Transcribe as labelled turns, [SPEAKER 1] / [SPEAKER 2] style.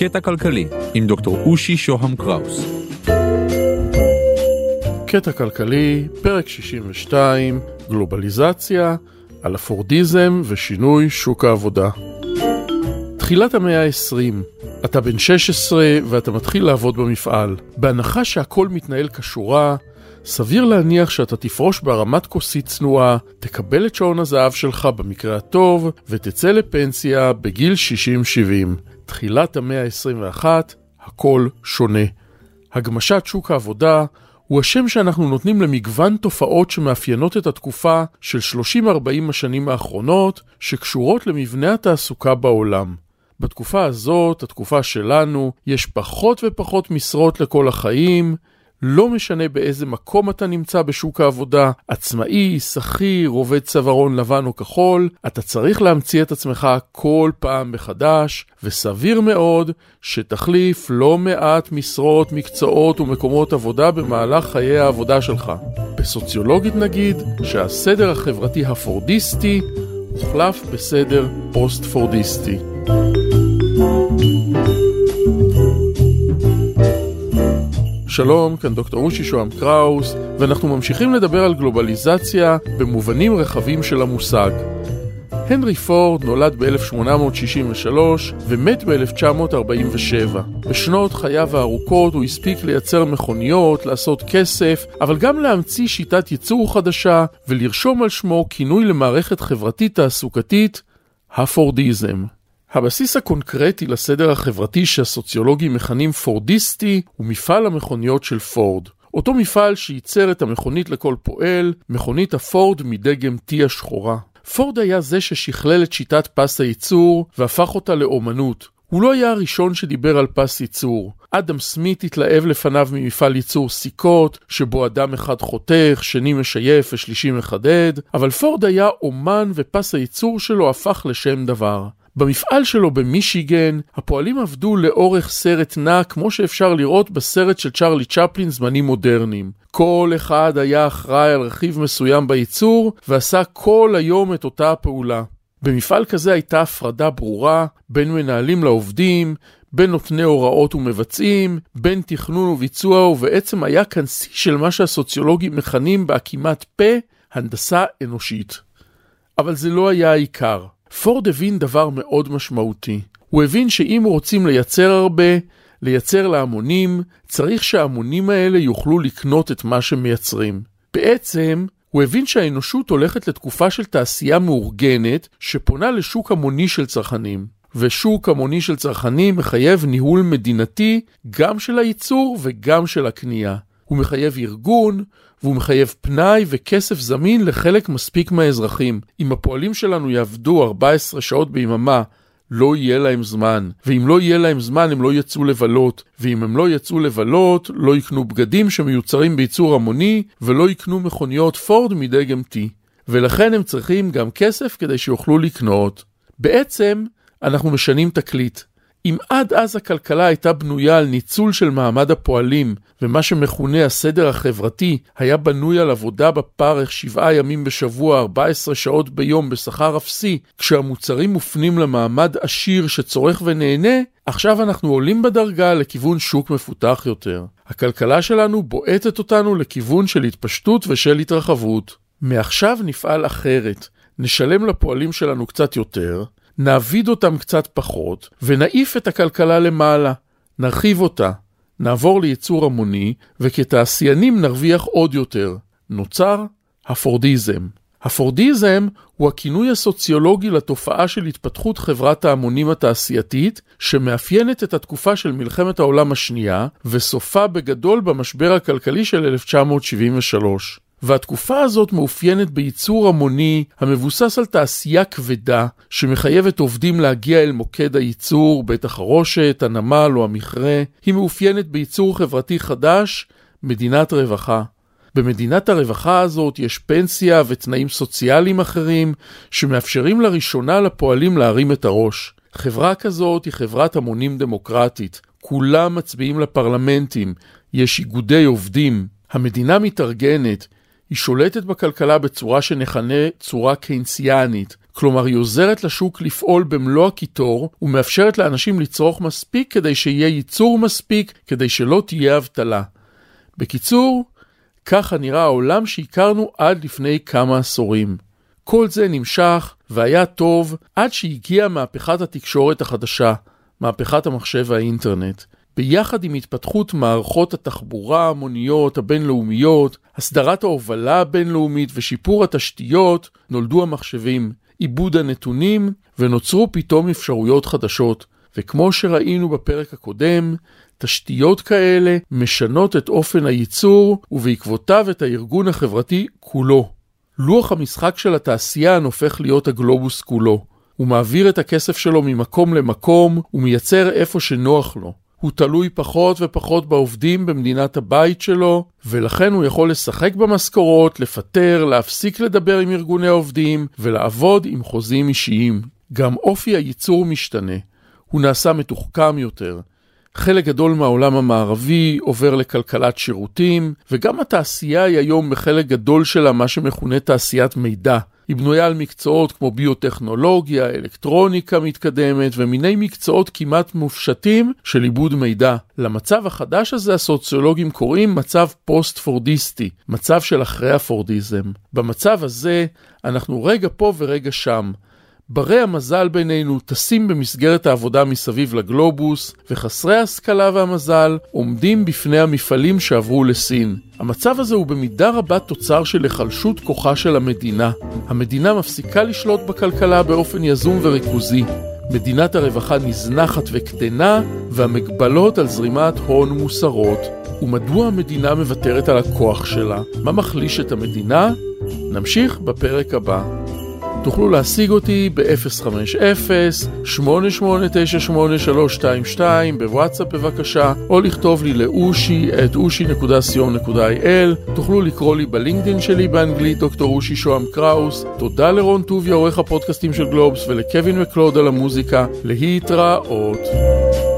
[SPEAKER 1] קטע כלכלי עם דוקטור אושי שוהם קראוס.
[SPEAKER 2] קטע כלכלי, פרק 62, גלובליזציה, על הפורדיזם ושינוי שוק העבודה. תחילת המאה ה-20, אתה בן 16 ואתה מתחיל לעבוד במפעל. בהנחה שהכל מתנהל כשורה, סביר להניח שאתה תפרוש בהרמת כוסית צנועה, תקבל את שעון הזהב שלך במקרה הטוב, ותצא לפנסיה בגיל 60-70. תחילת המאה ה-21, הכל שונה. הגמשת שוק העבודה הוא השם שאנחנו נותנים למגוון תופעות שמאפיינות את התקופה של 30-40 השנים האחרונות, שקשורות למבנה התעסוקה בעולם. בתקופה הזאת, התקופה שלנו, יש פחות ופחות משרות לכל החיים, לא משנה באיזה מקום אתה נמצא בשוק העבודה, עצמאי, שכיר, עובד צווארון לבן או כחול, אתה צריך להמציא את עצמך כל פעם מחדש, וסביר מאוד שתחליף לא מעט משרות, מקצועות ומקומות עבודה במהלך חיי העבודה שלך. בסוציולוגית נגיד שהסדר החברתי הפורדיסטי הוחלף בסדר פוסט-פורדיסטי. שלום, כאן דוקטור אושי שוהם קראוס, ואנחנו ממשיכים לדבר על גלובליזציה במובנים רחבים של המושג. הנרי פורד נולד ב-1863 ומת ב-1947. בשנות חייו הארוכות הוא הספיק לייצר מכוניות, לעשות כסף, אבל גם להמציא שיטת ייצור חדשה ולרשום על שמו כינוי למערכת חברתית תעסוקתית, הפורדיזם. הבסיס הקונקרטי לסדר החברתי שהסוציולוגים מכנים פורדיסטי הוא מפעל המכוניות של פורד. אותו מפעל שייצר את המכונית לכל פועל, מכונית הפורד מדגם T השחורה. פורד היה זה ששכלל את שיטת פס הייצור והפך אותה לאומנות. הוא לא היה הראשון שדיבר על פס ייצור. אדם סמית התלהב לפניו ממפעל ייצור סיכות, שבו אדם אחד חותך, שני משייף ושלישי מחדד, אבל פורד היה אומן ופס הייצור שלו הפך לשם דבר. במפעל שלו במישיגן, הפועלים עבדו לאורך סרט נע כמו שאפשר לראות בסרט של צ'רלי צ'פלין זמנים מודרניים. כל אחד היה אחראי על רכיב מסוים בייצור ועשה כל היום את אותה הפעולה. במפעל כזה הייתה הפרדה ברורה בין מנהלים לעובדים, בין נותני הוראות ומבצעים, בין תכנון וביצוע, ובעצם היה כאן שיא של מה שהסוציולוגים מכנים בהקימת פה הנדסה אנושית. אבל זה לא היה העיקר. פורד הבין דבר מאוד משמעותי. הוא הבין שאם רוצים לייצר הרבה, לייצר להמונים, צריך שההמונים האלה יוכלו לקנות את מה שמייצרים. בעצם, הוא הבין שהאנושות הולכת לתקופה של תעשייה מאורגנת שפונה לשוק המוני של צרכנים. ושוק המוני של צרכנים מחייב ניהול מדינתי גם של הייצור וגם של הקנייה. הוא מחייב ארגון, והוא מחייב פנאי וכסף זמין לחלק מספיק מהאזרחים. אם הפועלים שלנו יעבדו 14 שעות ביממה, לא יהיה להם זמן. ואם לא יהיה להם זמן, הם לא יצאו לבלות. ואם הם לא יצאו לבלות, לא יקנו בגדים שמיוצרים בייצור המוני, ולא יקנו מכוניות פורד מדגם T. ולכן הם צריכים גם כסף כדי שיוכלו לקנות. בעצם, אנחנו משנים תקליט. אם עד אז הכלכלה הייתה בנויה על ניצול של מעמד הפועלים, ומה שמכונה הסדר החברתי היה בנוי על עבודה בפרך 7 ימים בשבוע, 14 שעות ביום בשכר אפסי, כשהמוצרים מופנים למעמד עשיר שצורך ונהנה, עכשיו אנחנו עולים בדרגה לכיוון שוק מפותח יותר. הכלכלה שלנו בועטת אותנו לכיוון של התפשטות ושל התרחבות. מעכשיו נפעל אחרת, נשלם לפועלים שלנו קצת יותר, נעביד אותם קצת פחות, ונעיף את הכלכלה למעלה, נרחיב אותה, נעבור לייצור המוני, וכתעשיינים נרוויח עוד יותר. נוצר הפורדיזם. הפורדיזם הוא הכינוי הסוציולוגי לתופעה של התפתחות חברת ההמונים התעשייתית, שמאפיינת את התקופה של מלחמת העולם השנייה, וסופה בגדול במשבר הכלכלי של 1973. והתקופה הזאת מאופיינת בייצור המוני המבוסס על תעשייה כבדה שמחייבת עובדים להגיע אל מוקד הייצור, בית החרושת, הנמל או המכרה. היא מאופיינת בייצור חברתי חדש, מדינת רווחה. במדינת הרווחה הזאת יש פנסיה ותנאים סוציאליים אחרים שמאפשרים לראשונה לפועלים להרים את הראש. חברה כזאת היא חברת המונים דמוקרטית. כולם מצביעים לפרלמנטים, יש איגודי עובדים. המדינה מתארגנת, היא שולטת בכלכלה בצורה שנכנה צורה קיינסיאנית. כלומר היא עוזרת לשוק לפעול במלוא הקיטור ומאפשרת לאנשים לצרוך מספיק כדי שיהיה ייצור מספיק כדי שלא תהיה אבטלה. בקיצור, ככה נראה העולם שהכרנו עד לפני כמה עשורים. כל זה נמשך והיה טוב עד שהגיעה מהפכת התקשורת החדשה, מהפכת המחשב והאינטרנט. ביחד עם התפתחות מערכות התחבורה המוניות הבינלאומיות, הסדרת ההובלה הבינלאומית ושיפור התשתיות, נולדו המחשבים, עיבוד הנתונים ונוצרו פתאום אפשרויות חדשות. וכמו שראינו בפרק הקודם, תשתיות כאלה משנות את אופן הייצור ובעקבותיו את הארגון החברתי כולו. לוח המשחק של התעשייה הופך להיות הגלובוס כולו. הוא מעביר את הכסף שלו ממקום למקום ומייצר איפה שנוח לו. הוא תלוי פחות ופחות בעובדים במדינת הבית שלו, ולכן הוא יכול לשחק במשכורות, לפטר, להפסיק לדבר עם ארגוני העובדים ולעבוד עם חוזים אישיים. גם אופי הייצור משתנה. הוא נעשה מתוחכם יותר. חלק גדול מהעולם המערבי עובר לכלכלת שירותים, וגם התעשייה היא היום בחלק גדול שלה מה שמכונה תעשיית מידע. היא בנויה על מקצועות כמו ביוטכנולוגיה, אלקטרוניקה מתקדמת ומיני מקצועות כמעט מופשטים של עיבוד מידע. למצב החדש הזה הסוציולוגים קוראים מצב פוסט-פורדיסטי, מצב של אחרי הפורדיזם. במצב הזה אנחנו רגע פה ורגע שם. ברי המזל בינינו טסים במסגרת העבודה מסביב לגלובוס, וחסרי ההשכלה והמזל עומדים בפני המפעלים שעברו לסין. המצב הזה הוא במידה רבה תוצר של החלשות כוחה של המדינה. המדינה מפסיקה לשלוט בכלכלה באופן יזום וריכוזי. מדינת הרווחה נזנחת וקטנה, והמגבלות על זרימת הון מוסרות. ומדוע המדינה מוותרת על הכוח שלה? מה מחליש את המדינה? נמשיך בפרק הבא. תוכלו להשיג אותי ב-050-8898322 בוואטסאפ בבקשה, או לכתוב לי לאושי@ushi.co.il. תוכלו לקרוא לי בלינקדין שלי באנגלית, דוקטור אושי שוהם קראוס. תודה לרון טוביה, עורך הפודקאסטים של גלובס, ולקווין מקלוד על המוזיקה. להתראות.